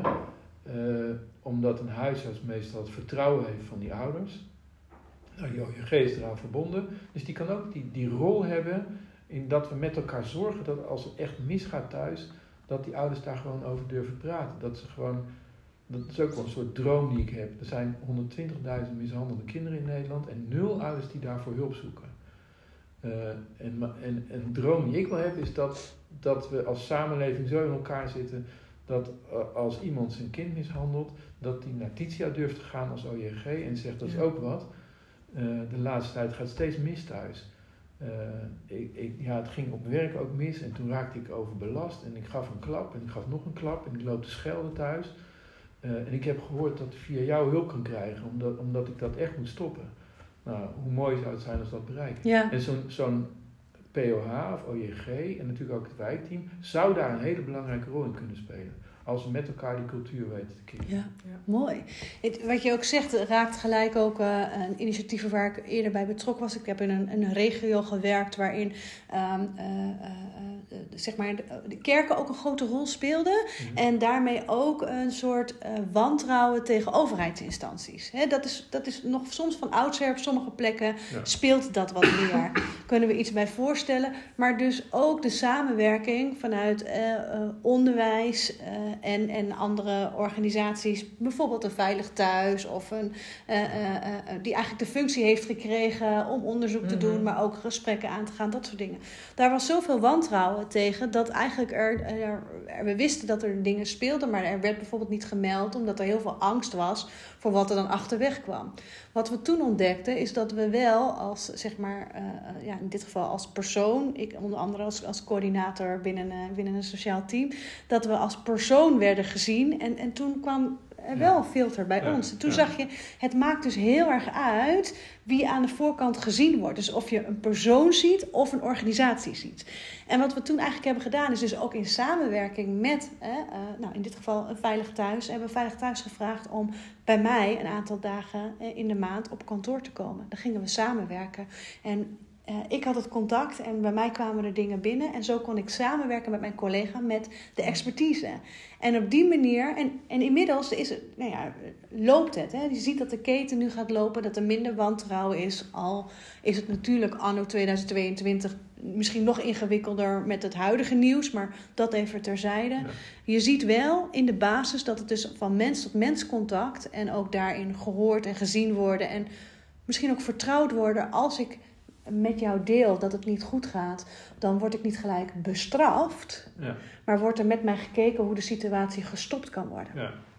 Uh, omdat een huisarts meestal het vertrouwen heeft van die ouders. Nou, die O J G is eraan verbonden. Dus die kan ook die, die rol hebben in dat we met elkaar zorgen dat als het echt misgaat thuis, dat die ouders daar gewoon over durven praten. Dat ze gewoon, dat is ook wel een soort droom die ik heb. Er zijn honderdtwintigduizend mishandelde kinderen in Nederland en nul ouders die daarvoor hulp zoeken. Uh, en, en, en een droom die ik wel heb is dat, dat we als samenleving zo in elkaar zitten dat uh, als iemand zijn kind mishandelt, dat die naar Titia durft te gaan als O J G en zegt dat is ook wat. Uh, de laatste tijd gaat steeds mis thuis. Uh, ik, ik, ja, het ging op werk ook mis en toen raakte ik overbelast en ik gaf een klap en ik gaf nog een klap en ik loop te schelden thuis. Uh, en ik heb gehoord dat ik via jou hulp kan krijgen, omdat, omdat ik dat echt moet stoppen. Nou, hoe mooi zou het zijn als dat bereikt.
Ja.
En zo'n, zo'n P O H of O J G en natuurlijk ook het wijkteam zou daar een hele belangrijke rol in kunnen spelen. Als we met elkaar die cultuur weten te kiezen.
Ja, ja. Mooi. Het, wat je ook zegt, raakt gelijk ook uh, een initiatief waar ik eerder bij betrokken was. Ik heb in een, een regio gewerkt waarin um, uh, uh, uh, zeg maar de, de kerken ook een grote rol speelden. Mm-hmm. En daarmee ook een soort uh, wantrouwen tegen overheidsinstanties. He, dat, is, dat is nog soms van oudsher op sommige plekken ja. speelt dat wat meer. Kunnen we iets bij voorstellen. Maar dus ook de samenwerking vanuit uh, uh, onderwijs uh, en, en andere organisaties. Bijvoorbeeld een Veilig Thuis of een uh, uh, uh, die eigenlijk de functie heeft gekregen om onderzoek te doen, maar ook gesprekken aan te gaan, dat soort dingen. Daar was zoveel wantrouwen tegen dat eigenlijk er, er, er we wisten dat er dingen speelden, maar er werd bijvoorbeeld niet gemeld omdat er heel veel angst was voor wat er dan achterweg kwam. Wat we toen ontdekten is dat we wel als, zeg maar, uh, ja, in dit geval als persoon, ik onder andere als, als coördinator binnen, uh, binnen een sociaal team, dat we als persoon werden gezien en, en toen kwam er wel een filter bij ja, ons. En toen ja. zag je, het maakt dus heel erg uit wie aan de voorkant gezien wordt. Dus of je een persoon ziet of een organisatie ziet. En wat we toen eigenlijk hebben gedaan is dus ook in samenwerking met, eh, uh, nou in dit geval een Veilig Thuis, hebben we Veilig Thuis gevraagd om bij mij een aantal dagen eh, in de maand op kantoor te komen. Dan gingen we samenwerken. En Uh, ik had het contact en bij mij kwamen er dingen binnen. En zo kon ik samenwerken met mijn collega met de expertise. En op die manier, en, en inmiddels is het, nou ja, loopt het. Hè? Je ziet dat de keten nu gaat lopen, dat er minder wantrouwen is. Al is het natuurlijk anno tweeduizend tweeëntwintig misschien nog ingewikkelder met het huidige nieuws. Maar dat even terzijde. Ja. Je ziet wel in de basis dat het dus van mens tot mens contact. En ook daarin gehoord en gezien worden. En misschien ook vertrouwd worden als ik met jou deel dat het niet goed gaat, dan word ik niet gelijk bestraft, ja. maar wordt er met mij gekeken hoe de situatie gestopt kan worden.
Ja.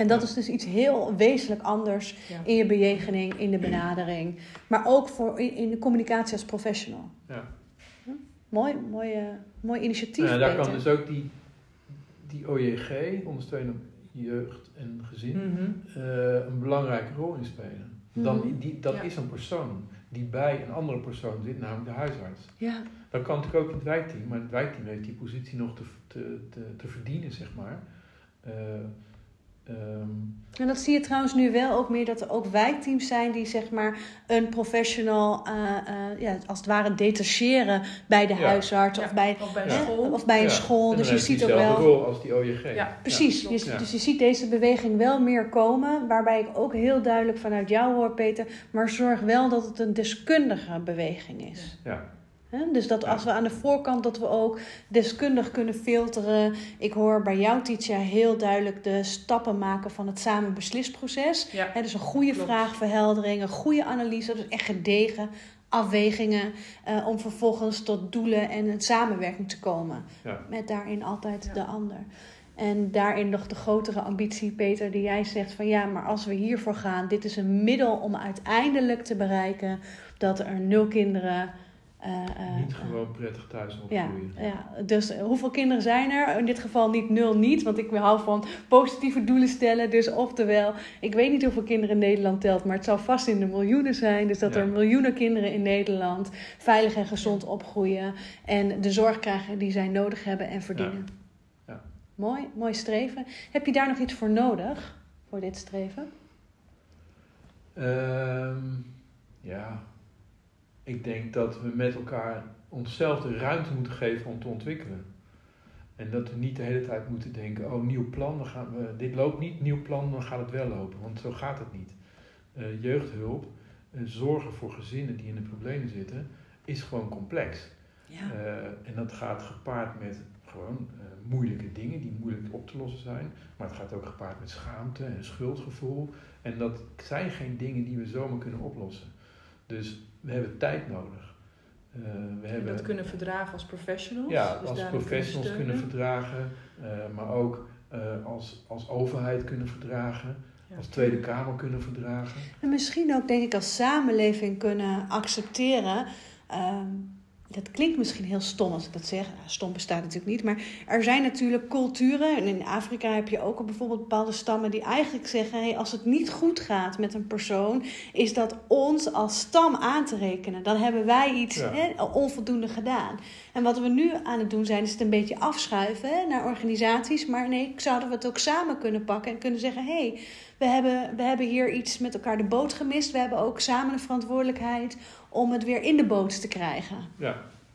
En dat
Ja.
is dus iets heel wezenlijk anders
Ja.
in je bejegening, in de benadering. Maar ook voor in, in de communicatie als professional.
Ja.
Mooi, mooi, uh, mooi initiatief,
Nou, daar
Peter.
kan dus ook die, die O J G, ondersteuning jeugd en gezin,
Mm-hmm.
uh, een belangrijke rol in spelen. Dan,
Mhm.
die, dat
Ja.
is een persoon die bij een andere persoon zit, namelijk de huisarts.
Ja,
Dat kan natuurlijk ook in het wijkteam, maar het wijkteam heeft die positie nog te, te, te, te verdienen, zeg maar. Uh, um,
en dat zie je trouwens nu wel ook meer, dat er ook wijkteams zijn die zeg maar een professional, uh, uh, ja, als het ware detacheren bij de
Ja.
huisarts
Ja,
of bij,
of bij een
hè,
school.
of bij een
ja.
school.
En
Dus
dan
je
heeft
ziet
hij
ook
dezelfde
wel...
rol als die O J G.
Ja.
Precies,
klopt.
je,
Ja.
dus je ziet deze beweging wel meer komen, waarbij ik ook heel duidelijk vanuit jou hoor, Peter, maar zorg wel dat het een deskundige beweging is.
Ja.
He, dus dat
Ja.
als we aan de voorkant dat we ook deskundig kunnen filteren. Ik hoor bij jou, Titia, heel duidelijk de stappen maken van het samen beslisproces.
Ja.
He, dus een goede
Klopt.
vraagverheldering, een goede analyse, dus echt gedegen afwegingen uh, om vervolgens tot doelen en een samenwerking te komen.
Ja.
Met daarin altijd
Ja.
de ander. En daarin nog de grotere ambitie, Peter, die jij zegt van ja, maar als we hiervoor gaan, dit is een middel om uiteindelijk te bereiken dat er nul kinderen... Uh, uh,
Niet gewoon prettig thuis
ja,
opgroeien.
ja, dus hoeveel kinderen zijn er? In dit geval niet nul niet, want ik hou van positieve doelen stellen. Dus oftewel, ik weet niet hoeveel kinderen Nederland telt, maar het zou vast in de miljoenen zijn. Dus dat
Ja.
er miljoenen kinderen in Nederland veilig en gezond opgroeien en de zorg krijgen die zij nodig hebben en verdienen.
Ja. Ja.
Mooi, mooi streven. Heb je daar nog iets voor nodig, voor dit streven?
Um, ja... Ik denk dat we met elkaar onszelf de ruimte moeten geven om te ontwikkelen. En dat we niet de hele tijd moeten denken, oh, nieuw plan, dan gaan we, dit loopt niet, nieuw plan, dan gaat het wel lopen. Want zo gaat het niet. Uh, jeugdhulp, uh, zorgen voor gezinnen die in de problemen zitten, is gewoon complex.
Ja.
Uh, en dat gaat gepaard met gewoon uh, moeilijke dingen die moeilijk op te lossen zijn. Maar het gaat ook gepaard met schaamte en schuldgevoel. En dat zijn geen dingen die we zomaar kunnen oplossen. Dus we hebben tijd nodig. Uh, we
En
hebben,
dat kunnen verdragen als professionals.
Ja,
dus
als
daarin
professionals
kunnen,
kunnen
steunen.
verdragen. Uh, maar ook uh, als, als overheid kunnen verdragen.
Ja.
Als Tweede Kamer kunnen verdragen.
En misschien ook, denk ik, als samenleving kunnen accepteren. Um, dat klinkt misschien heel stom als ik dat zeg. Nou, stom bestaat natuurlijk niet. Maar er zijn natuurlijk culturen. En in Afrika heb je ook bijvoorbeeld bepaalde stammen die eigenlijk zeggen... Hey, als het niet goed gaat met een persoon... is dat ons als stam aan te rekenen. Dan hebben wij iets
Ja.
hè, onvoldoende gedaan. En wat we nu aan het doen zijn... is het een beetje afschuiven hè, naar organisaties. Maar nee, zouden we het ook samen kunnen pakken... en kunnen zeggen... Hey, we hebben, we hebben hier iets met elkaar de boot gemist. We hebben ook samen de verantwoordelijkheid... om het weer in de boot te krijgen.
Ja.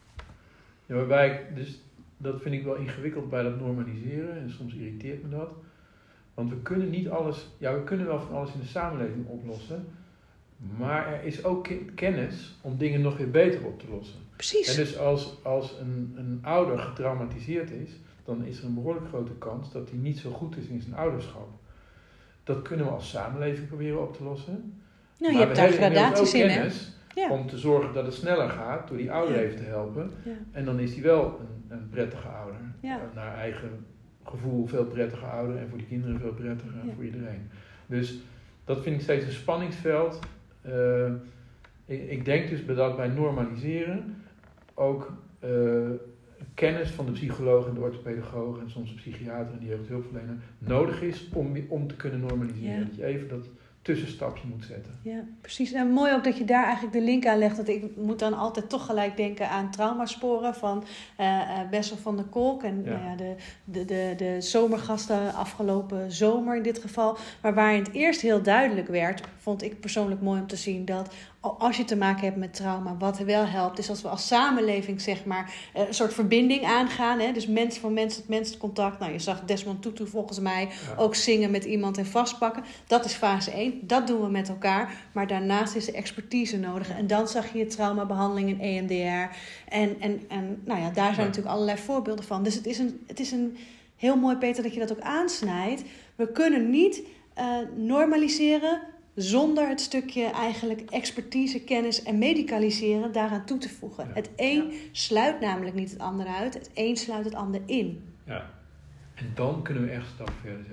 Ja, waarbij, dus dat vind ik wel ingewikkeld bij dat normaliseren. En soms irriteert me dat. Want we kunnen niet alles... Ja, we kunnen wel van alles in de samenleving oplossen. Maar er is ook kennis om dingen nog weer beter op te lossen.
Precies.
En dus als, als een, een ouder getraumatiseerd is... dan is er een behoorlijk grote kans dat hij niet zo goed is in zijn ouderschap. Dat kunnen we als samenleving proberen op te lossen.
Nou, je
maar
hebt
we
daar
hebben inmiddels
gradaties
ook
in, hè?
kennis
Ja.
om te zorgen dat het sneller gaat door die ouder
Ja.
even te helpen.
Ja.
En dan is hij wel een, een prettige ouder.
Ja.
Naar eigen gevoel veel prettige ouder en voor die kinderen veel prettiger en
Ja.
voor iedereen. Dus dat vind ik steeds een spanningsveld. Uh, ik, ik denk dus dat bij normaliseren ook uh, kennis van de psycholoog en de orthopedagoog en soms de psychiater en de jeugdhulpverlener nodig is om, om te kunnen normaliseren.
Ja.
Dat je even dat tussenstapje moet zetten.
Ja, precies. En mooi ook dat je daar eigenlijk de link aan legt. Dat ik moet dan altijd toch gelijk denken aan traumasporen van uh, uh, Bessel van der Kolk. En
Ja.
Nou ja, de, de, de, de zomergasten afgelopen zomer in dit geval. Maar waarin het eerst heel duidelijk werd, vond ik persoonlijk mooi om te zien dat als je te maken hebt met trauma, wat wel helpt, is als we als samenleving zeg maar een soort verbinding aangaan. Hè? Dus mens van mens tot mens contact. Nou, je zag Desmond Tutu volgens mij
Ja.
ook zingen met iemand en vastpakken. Dat is fase één. Dat doen we met elkaar. Maar daarnaast is er expertise nodig. En dan zag je traumabehandeling in E M D R. En, en, en nou ja, daar zijn
Ja.
natuurlijk allerlei voorbeelden van. Dus het is, een, het is een heel mooi, Peter, dat je dat ook aansnijdt. We kunnen niet uh, normaliseren zonder het stukje eigenlijk expertise, kennis en medicaliseren daaraan toe te voegen.
Ja.
Het een
Ja.
sluit namelijk niet het ander uit. Het een sluit het ander in.
Ja. En dan kunnen we echt een stap verder zetten.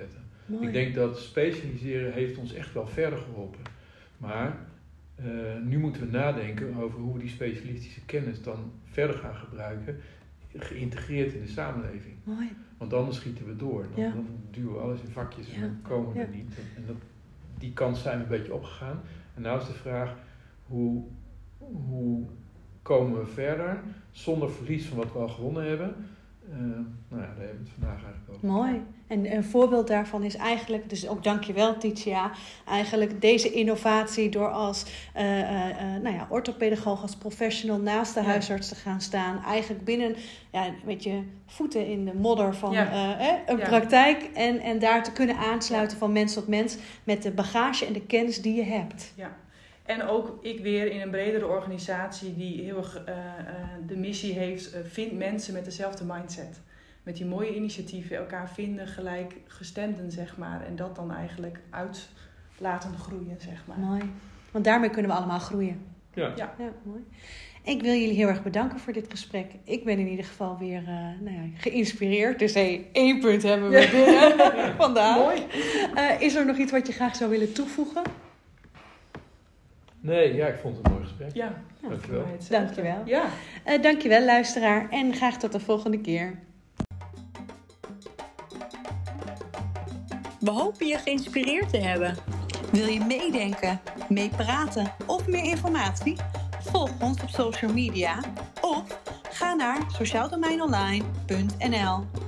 Mooi.
Ik denk dat specialiseren heeft ons echt wel verder geholpen. Maar uh, nu moeten we nadenken over hoe we die specialistische kennis dan verder gaan gebruiken, geïntegreerd in de samenleving.
Mooi.
Want anders schieten we door. Dan,
Ja.
dan duwen we alles in vakjes en
Ja.
dan komen we
Ja.
er niet. En dat, die kans zijn we een beetje opgegaan. En nou is de vraag, hoe, hoe komen we verder zonder verlies van wat we al gewonnen hebben? Uh, nou ja, daar hebben we het vandaag eigenlijk over.
Mooi. En een voorbeeld daarvan is eigenlijk, dus ook dankjewel Titia, eigenlijk deze innovatie door als uh, uh, uh, nou ja, orthopedagoog, als professional naast de
Ja.
huisarts te gaan staan. Eigenlijk binnen, ja, met je voeten in de modder van
Ja.
uh, eh, een
Ja.
praktijk. En, en daar te kunnen aansluiten van mens tot mens met de bagage en de kennis die je hebt.
Ja. En ook ik weer in een bredere organisatie die heel erg uh, uh, de missie heeft, uh, vind mensen met dezelfde mindset. Met die mooie initiatieven elkaar vinden, gelijkgestemden, zeg maar. En dat dan eigenlijk uit laten groeien, zeg maar.
Mooi. Want daarmee kunnen we allemaal groeien.
Ja.
Ja.
Ja, mooi. Ik wil jullie heel erg bedanken voor dit gesprek. Ik ben in ieder geval weer uh, nou ja, geïnspireerd. Dus hey, één punt hebben we binnen vandaag.
Mooi.
Uh, is er nog iets wat je graag zou willen toevoegen?
Nee, ja, ik vond het een mooi gesprek.
Ja,
Dankjewel.
voor mij hetzelfde.
Dankjewel.
Ja.
Uh, dankjewel luisteraar en graag tot de volgende keer.
We hopen je geïnspireerd te hebben.
Wil je meedenken, meepraten of meer informatie? Volg ons op social media of ga naar sociaaldomeinonline punt n l.